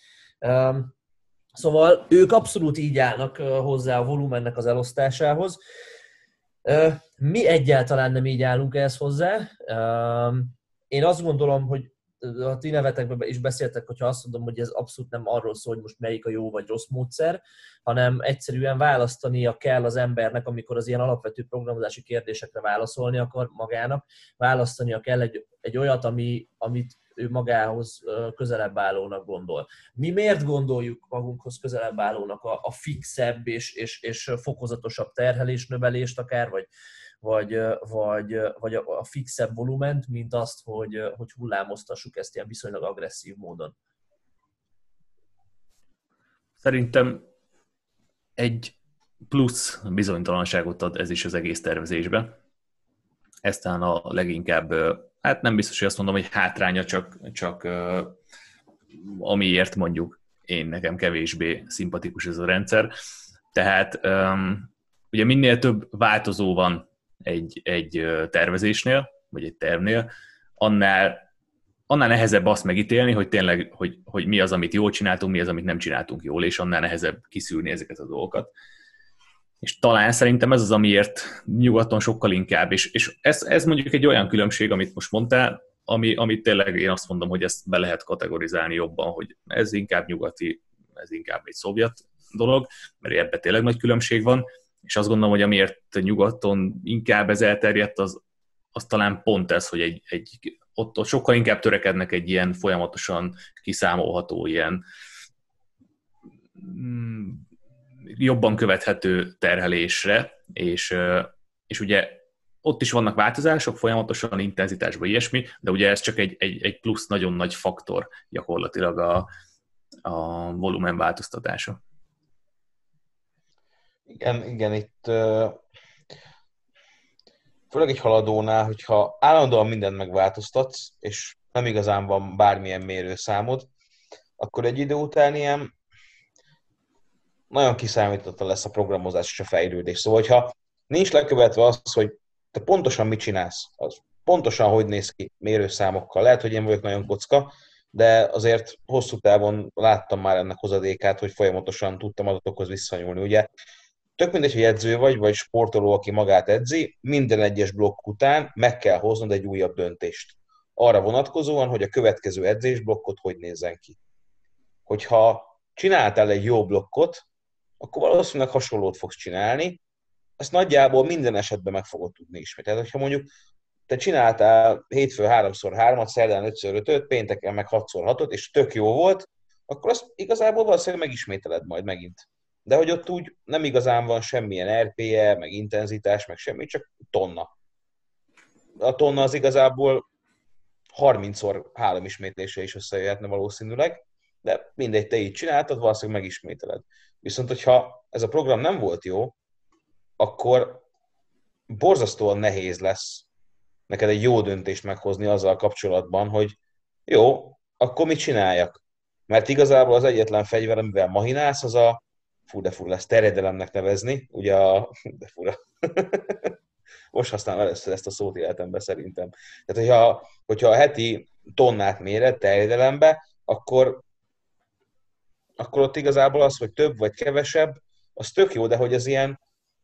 Szóval ők abszolút így állnak hozzá a volumennek az elosztásához. Mi egyáltalán nem így állunk ehhez hozzá. Én azt gondolom, hogy a ti nevetekben is beszéltek, hogyha azt mondom, hogy ez abszolút nem arról szól, hogy most melyik a jó vagy rossz módszer, hanem egyszerűen választania kell az embernek, amikor az ilyen alapvető programozási kérdésekre válaszolni akar magának, választania kell egy olyat, amit ő magához közelebb állónak gondol. Mi miért gondoljuk magunkhoz közelebb állónak a fixebb és fokozatosabb terhelésnövelést akár, vagy a fixebb volument, mint azt, hogy hullámoztassuk ezt ilyen viszonylag agresszív módon? Szerintem egy plusz bizonytalanságot ad ez is az egész tervezésbe. Ez talán a leginkább, hát nem biztos, hogy azt mondom, hogy hátránya, csak amiért mondjuk nekem kevésbé szimpatikus ez a rendszer. Tehát ugye minél több változó van egy tervezésnél, vagy egy tervnél, annál nehezebb azt megítélni, hogy tényleg, hogy mi az, amit jól csináltunk, mi az, amit nem csináltunk jól, és annál nehezebb kiszűrni ezeket a dolgokat. És talán szerintem ez az, amiért nyugaton sokkal inkább, és ez mondjuk egy olyan különbség, amit most mondtál, amit tényleg én azt mondom, hogy ezt be lehet kategorizálni jobban, hogy ez inkább nyugati, ez inkább egy szovjet dolog, mert ebben tényleg nagy különbség van, és azt gondolom, hogy amiért nyugaton inkább ez elterjedt, az talán pont ez, hogy egy ott sokkal inkább törekednek egy ilyen folyamatosan kiszámolható, ilyen jobban követhető terhelésre, és ugye ott is vannak változások, folyamatosan intenzitásban ilyesmi, de ugye ez csak egy plusz nagyon nagy faktor gyakorlatilag a volumen változtatása. Igen, itt főleg egy haladónál, hogyha állandóan mindent megváltoztatsz, és nem igazán van bármilyen mérőszámod, akkor egy idő után ilyen nagyon kiszámítható lesz a programozás és a fejlődés. Szóval, hogyha nincs lekövetve az, hogy te pontosan mit csinálsz, az pontosan hogy néz ki mérőszámokkal. Lehet, hogy én vagyok nagyon kocka, de azért hosszú távon láttam már ennek hozadékát, hogy folyamatosan tudtam adatokhoz visszanyúlni. Ugye tök mindegy, hogy edző vagy sportoló, aki magát edzi, minden egyes blokk után meg kell hoznod egy újabb döntést. Arra vonatkozóan, hogy a következő edzésblokkot hogy nézzen ki. Hogyha csináltál egy jó blokkot, akkor valószínűleg hasonlót fogsz csinálni, ezt nagyjából minden esetben meg fogod tudni ismételni. Tehát, hogyha mondjuk te csináltál hétfő 3x3-at, szerdán 5x5-öt, pénteken meg 6x6-ot, és tök jó volt, akkor azt igazából valószínűleg megismételed majd megint. De hogy ott úgy nem igazán van semmilyen RPE, meg intenzitás, meg semmi, csak tonna. A tonna az igazából 30x3 ismétlése is összejöhetne valószínűleg, de mindegy, te így csináltad, valószínűleg megismételed. Viszont, hogyha ez a program nem volt jó, akkor borzasztóan nehéz lesz neked egy jó döntést meghozni azzal kapcsolatban, hogy jó, akkor mit csináljak? Mert igazából az egyetlen fegyver, amivel mahinálsz, az a de fura lesz terjedelemnek nevezni, ugye de fura. Most használom először ezt a szót életemben szerintem. Tehát, hogyha a heti tonnát méred terjedelembe, akkor ott igazából az, hogy több vagy kevesebb, az tök jó, de hogy ez ilyen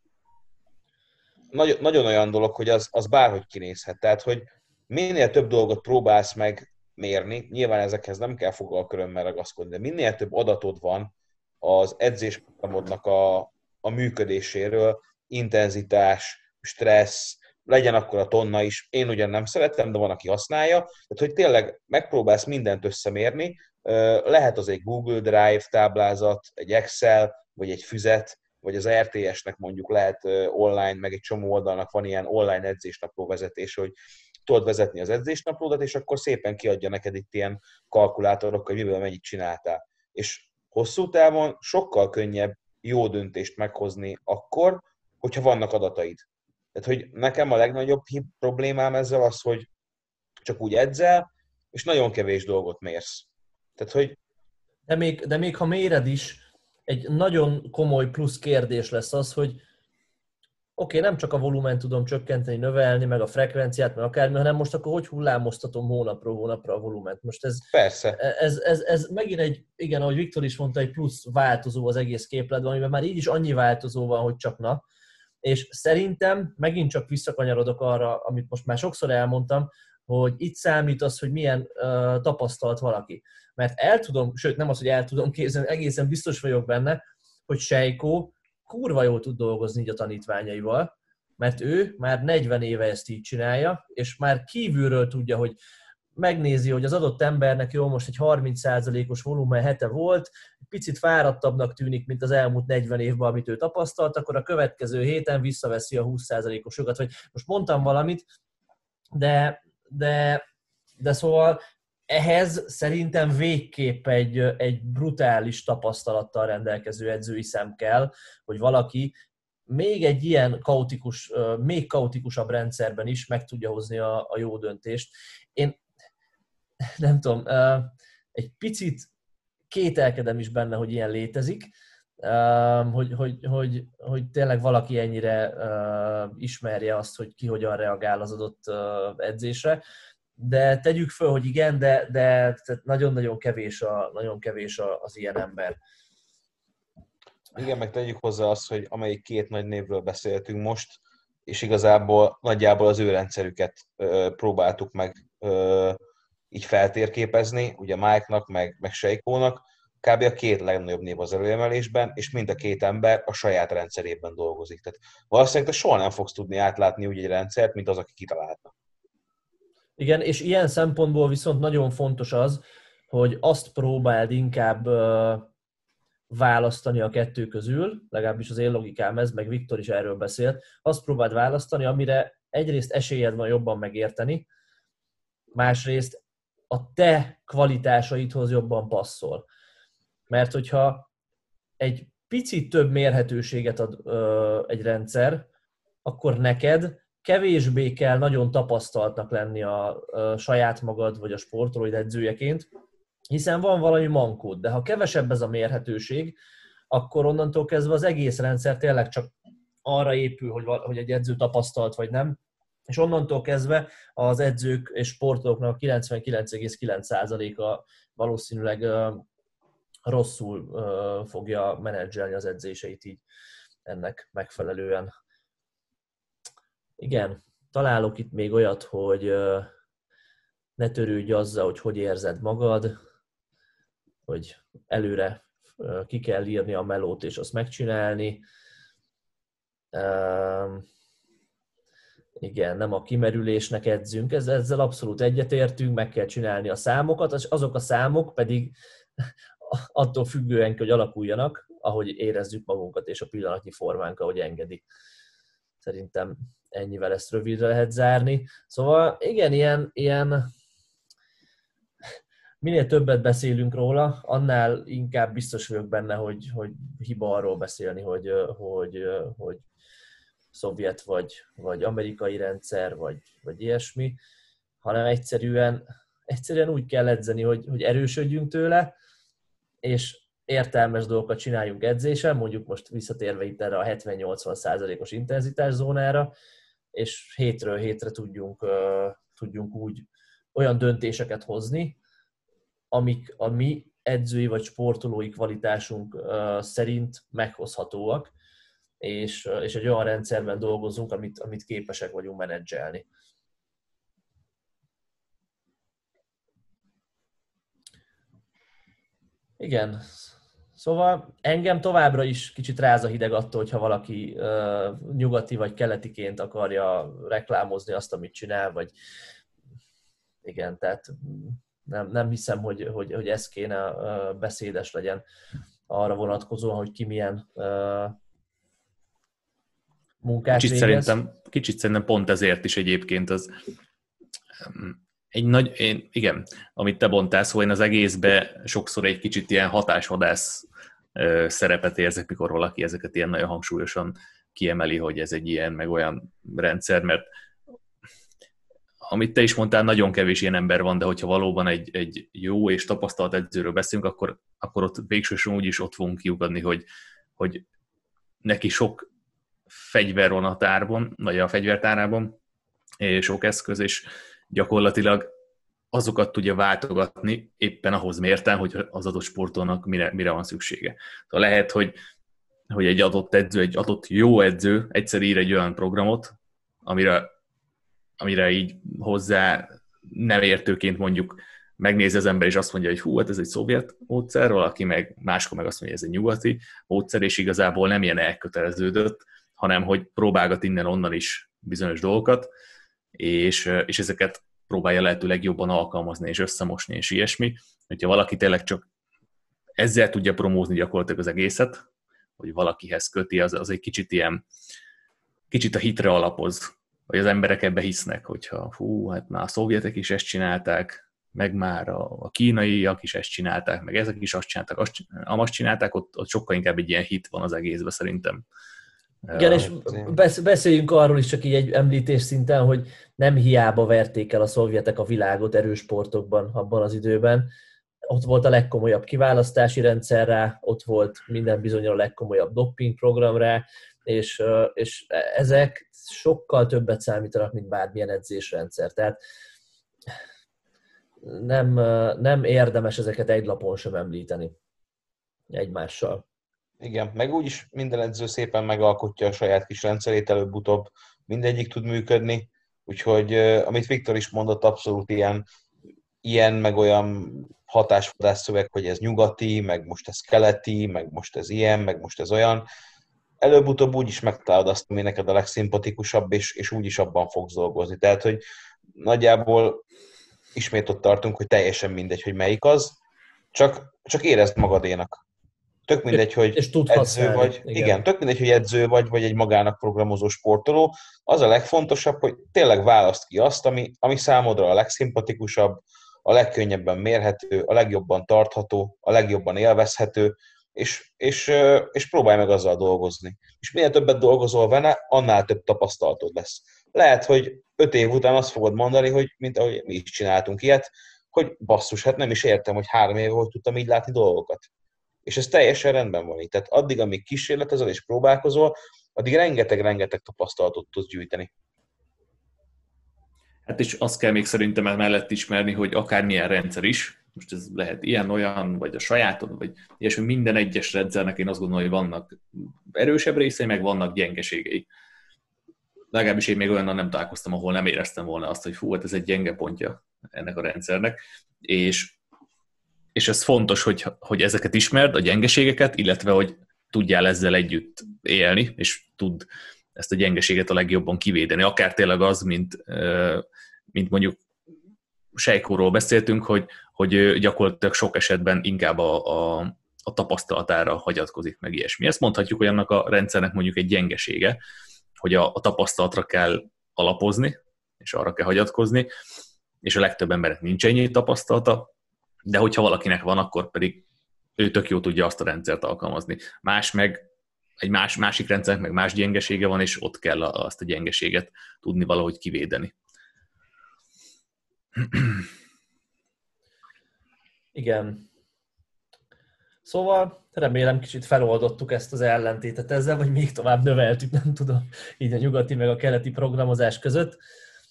nagyon olyan dolog, hogy az bárhogy kinézhet. Tehát, hogy minél több dolgot próbálsz meg mérni, nyilván ezekhez nem kell fogalkörömmel ragaszkodni, de minél több adatod van az edzésprogramodnak a működéséről, intenzitás, stressz, legyen akkor a tonna is. Én ugyan nem szeretem, de van, aki használja. Tehát, hogy tényleg megpróbálsz mindent összemérni, lehet az egy Google Drive táblázat, egy Excel, vagy egy füzet, vagy az RTS-nek mondjuk lehet online, meg egy csomó oldalnak van ilyen online edzésnapló vezetés, hogy tudod vezetni az edzésnaplódat, és akkor szépen kiadja neked itt ilyen kalkulátorokkal, hogy miből mennyit csináltál. És hosszú távon sokkal könnyebb jó döntést meghozni akkor, hogyha vannak adataid. Tehát, hogy nekem a legnagyobb problémám ezzel az, hogy csak úgy edzel, és nagyon kevés dolgot mérsz. Tehát, hogy... De még ha méred is, egy nagyon komoly plusz kérdés lesz az, hogy oké, nem csak a volumen tudom csökkenteni, növelni, meg a frekvenciát, meg akármi, hanem most akkor hogy hullámoztatom hónapról hónapra a volument. Most ez megint igen, ahogy Viktor is mondta, egy plusz változó az egész képletben, amiben már így is annyi változó van, hogy csak na. És szerintem megint csak visszakanyarodok arra, amit most már sokszor elmondtam, hogy itt számít az, hogy milyen tapasztalt valaki. Mert sőt nem az, hogy el tudom képzelni, egészen biztos vagyok benne, hogy Sejko kurva jól tud dolgozni így a tanítványaival, mert ő már 40 éve ezt így csinálja, és már kívülről tudja, hogy megnézi, hogy az adott embernek jó, most egy 30%-os volumen hete volt, egy picit fáradtabbnak tűnik, mint az elmúlt 40 évben, amit ő tapasztalt, akkor a következő héten visszaveszi a 20%-os jogat. Vagy most mondtam valamit, de szóval ehhez szerintem végképp egy brutális tapasztalattal rendelkező edzői szem kell, hogy valaki még egy ilyen még kaotikusabb rendszerben is meg tudja hozni a jó döntést. Én nem tudom, egy picit kételkedem is benne, hogy ilyen létezik, hogy tényleg valaki ennyire ismerje azt, hogy ki hogyan reagál az adott edzésre. De tegyük föl, hogy igen, de nagyon-nagyon kevés az ilyen ember. Igen, meg tegyük hozzá azt, hogy amelyik két nagy névről beszéltünk most, és igazából nagyjából az ő rendszerüket próbáltuk meg így feltérképezni, ugye Mike-nak, meg Sejkónak, kb. A két legnagyobb név az előemelésben, és mind a két ember a saját rendszerében dolgozik. Tehát valószínűleg te soha nem fogsz tudni átlátni úgy egy rendszert, mint az, aki kitalálta. Igen, és ilyen szempontból viszont nagyon fontos az, hogy azt próbáld inkább választani a kettő közül, legalábbis az én logikám ez, meg Viktor is erről beszélt, azt próbáld választani, amire egyrészt esélyed van jobban megérteni, másrészt a te kvalitásaidhoz jobban passzol. Mert hogyha egy picit több mérhetőséget ad egy rendszer, akkor neked kevésbé kell nagyon tapasztaltnak lenni a saját magad vagy a sportolóid edzőjeként, hiszen van valami mankód, de ha kevesebb ez a mérhetőség, akkor onnantól kezdve az egész rendszer tényleg csak arra épül, hogy egy edző tapasztalt vagy nem, és onnantól kezdve az edzők és sportolóknak 99,9%-a valószínűleg rosszul fogja menedzselni az edzéseit így ennek megfelelően. Igen, találok itt még olyat, hogy ne törődj azzal, hogy érzed magad, hogy előre ki kell írni a melót és azt megcsinálni. Igen, nem a kimerülésnek edzünk, ezzel abszolút egyetértünk, meg kell csinálni a számokat, és azok a számok pedig attól függően, hogy alakuljanak, ahogy érezzük magunkat, és a pillanatnyi formánk, ahogy engedi. Szerintem ennyivel ezt rövidre lehet zárni. Szóval igen, ilyen minél többet beszélünk róla, annál inkább biztos vagyok benne, hogy hiba arról beszélni, hogy szovjet vagy amerikai rendszer, vagy ilyesmi, hanem egyszerűen úgy kell edzeni, hogy erősödjünk tőle, és értelmes dolgokat csináljunk edzésen, mondjuk most visszatérve itt erre a 70-80%-os intenzitás zónára, és hétről hétre tudjunk úgy olyan döntéseket hozni, amik a mi edzői vagy sportolói kvalitásunk szerint meghozhatóak, és egy olyan rendszerben dolgozunk, amit képesek vagyunk menedzselni. Igen, szóval engem továbbra is kicsit ráz a hideg attól, hogyha valaki nyugati vagy keletiként akarja reklámozni azt, amit csinál, vagy igen, tehát nem hiszem, hogy ez kéne beszédes legyen arra vonatkozóan, hogy ki milyen munkát végez. Kicsit szerintem pont ezért is egyébként az igen, amit te bontál, szóval én az egészbe sokszor egy kicsit ilyen hatásvadász szerepet érzek, mikor valaki ezeket ilyen nagyon hangsúlyosan kiemeli, hogy ez egy ilyen, meg olyan rendszer, mert amit te is mondtál, nagyon kevés ilyen ember van, de hogyha valóban egy jó és tapasztalt edzőről beszélünk, akkor ott végsősorban úgyis ott fogunk kiugadni, hogy neki sok fegyver van a tárban, vagy a fegyvertárában, és sok eszköz, és gyakorlatilag azokat tudja váltogatni éppen ahhoz mérten, hogy az adott sportolónak mire van szüksége. Szóval lehet, hogy egy adott edző, egy adott jó edző egyszer ír egy olyan programot, amire így hozzá nem értőként mondjuk megnézi az ember, és azt mondja, hogy hú, hát ez egy szovjet módszer, valaki máskor meg azt mondja, hogy ez egy nyugati módszer, és igazából nem ilyen elköteleződött, hanem hogy próbálgat innen-onnan is bizonyos dolgokat, és ezeket próbálja lehetőleg jobban alkalmazni, és összemosni, és ilyesmi. Hogyha valaki tényleg csak ezzel tudja promózni gyakorlatilag az egészet, hogy valakihez köti, az egy kicsit a hitre alapoz, hogy az emberek ebbe hisznek, hogyha hát már a szovjetek is ezt csinálták, meg már a kínaiak is ezt csinálták, meg ezek is azt csinálták, azt csinálták, ott sokkal inkább egy ilyen hit van az egészben szerintem. Igen, és beszéljünk arról is csak így egy említés szinten, hogy nem hiába verték el a szovjetek a világot erősportokban abban az időben. Ott volt a legkomolyabb kiválasztási rendszer rá, ott volt minden bizonnyal a legkomolyabb dopingprogram rá, és ezek sokkal többet számítanak, mint bármilyen edzésrendszer. Tehát nem érdemes ezeket egy lapon sem említeni egymással. Igen, meg úgyis minden edző szépen megalkotja a saját kis rendszerét, előbb-utóbb mindegyik tud működni, úgyhogy amit Viktor is mondott, abszolút ilyen meg olyan hatásvadász szöveg, hogy ez nyugati, meg most ez keleti, meg most ez ilyen, meg most ez olyan. Előbb-utóbb úgyis megtalálod azt, ami neked a legszimpatikusabb, és úgyis abban fogsz dolgozni. Tehát, hogy nagyjából ismét ott tartunk, hogy teljesen mindegy, hogy melyik az, csak érezd magadénak. Tök mindegy, hogy és tud edző használni. vagy, igen, tök mindegy, hogy edző vagy egy magának programozó sportoló. Az a legfontosabb, hogy tényleg választ ki azt, ami számodra a legszimpatikusabb, a legkönnyebben mérhető, a legjobban tartható, a legjobban élvezhető, és próbálj meg azzal dolgozni. És minél többet dolgozol vele, annál több tapasztalatod lesz. Lehet, hogy 5 év után azt fogod mondani, hogy mint ahogy mi is csináltunk ilyet, hogy basszus, hát nem is értem, hogy 3 éve hogy tudtam így látni dolgokat. És ez teljesen rendben van így. Tehát addig, amíg kísérletezel és próbálkozol, addig rengeteg-rengeteg tapasztalatot tudsz gyűjteni. Hát és azt kell még szerintem mellett ismerni, hogy akármilyen rendszer is, most ez lehet ilyen-olyan, vagy a sajátod, vagy ilyesmi, minden egyes rendszernek én azt gondolom, hogy vannak erősebb részei, meg vannak gyengeségei. Legalábbis én még olyannal nem találkoztam, ahol nem éreztem volna azt, hogy fú, hát ez egy gyenge pontja ennek a rendszernek. És ez fontos, hogy ezeket ismerd, a gyengeségeket, illetve hogy tudjál ezzel együtt élni, és tud ezt a gyengeséget a legjobban kivédeni. Akár tényleg az, mint mondjuk Sejkóról beszéltünk, hogy gyakorlatilag sok esetben inkább a tapasztalatára hagyatkozik meg ilyesmi. Ezt mondhatjuk, hogy annak a rendszernek mondjuk egy gyengesége, hogy a tapasztalatra kell alapozni, és arra kell hagyatkozni, és a legtöbb embernek nincs ennyi tapasztalata, de hogyha valakinek van, akkor pedig ő tök jó tudja azt a rendszert alkalmazni. Egy másik rendszernek meg más gyengesége van, és ott kell azt a gyengeséget tudni valahogy kivédeni. Igen. Szóval remélem kicsit feloldottuk ezt az ellentétet ezzel, vagy még tovább növeltük, nem tudom, így a nyugati meg a keleti programozás között.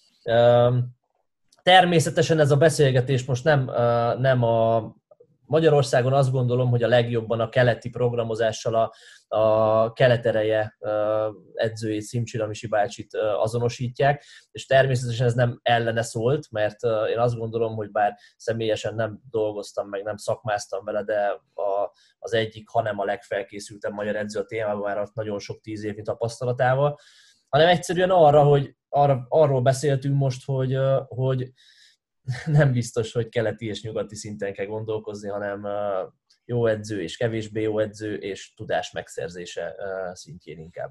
Természetesen ez a beszélgetés most nem a Magyarországon, azt gondolom, hogy a legjobban a keleti programozással a Keletereje edzőjét, Szimcsiramisi bácsit azonosítják, és természetesen ez nem ellene szólt, mert én azt gondolom, hogy bár személyesen nem dolgoztam meg, nem szakmáztam vele, de az egyik, hanem a legfelkészültebb magyar edző a témában már nagyon sok 10 évnyi tapasztalatával, hanem egyszerűen arról beszéltünk most, hogy nem biztos, hogy keleti és nyugati szinten kell gondolkozni, hanem jó edző és kevésbé jó edző és tudás megszerzése szintjén inkább.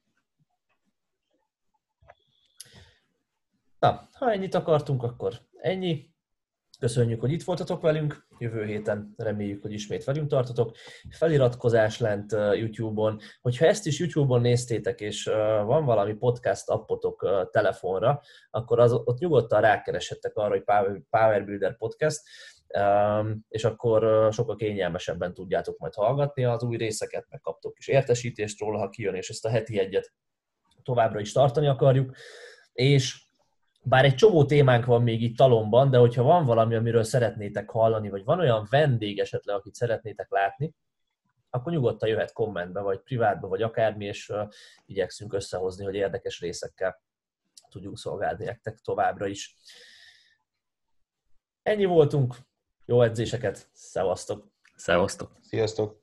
Na, ha ennyit akartunk, akkor ennyi. Köszönjük, hogy itt voltatok velünk. Jövő héten reméljük, hogy ismét velünk tartotok. Feliratkozás lent YouTube-on. Hogyha ezt is YouTube-on néztétek, és van valami podcast appotok telefonra, akkor ott nyugodtan rákereshettek arra, hogy Power Builder Podcast, és akkor sokkal kényelmesebben tudjátok majd hallgatni az új részeket, meg kaptok is értesítést róla, ha kijön, és ezt a heti egyet továbbra is tartani akarjuk. És bár egy csomó témánk van még itt talomban, de hogyha van valami, amiről szeretnétek hallani, vagy van olyan vendég esetleg, akit szeretnétek látni, akkor nyugodtan jöhet kommentbe, vagy privátba, vagy akármi, és igyekszünk összehozni, hogy érdekes részekkel tudjunk szolgálni nektek továbbra is. Ennyi voltunk, jó edzéseket, szevasztok! Szevasztok! Sziasztok!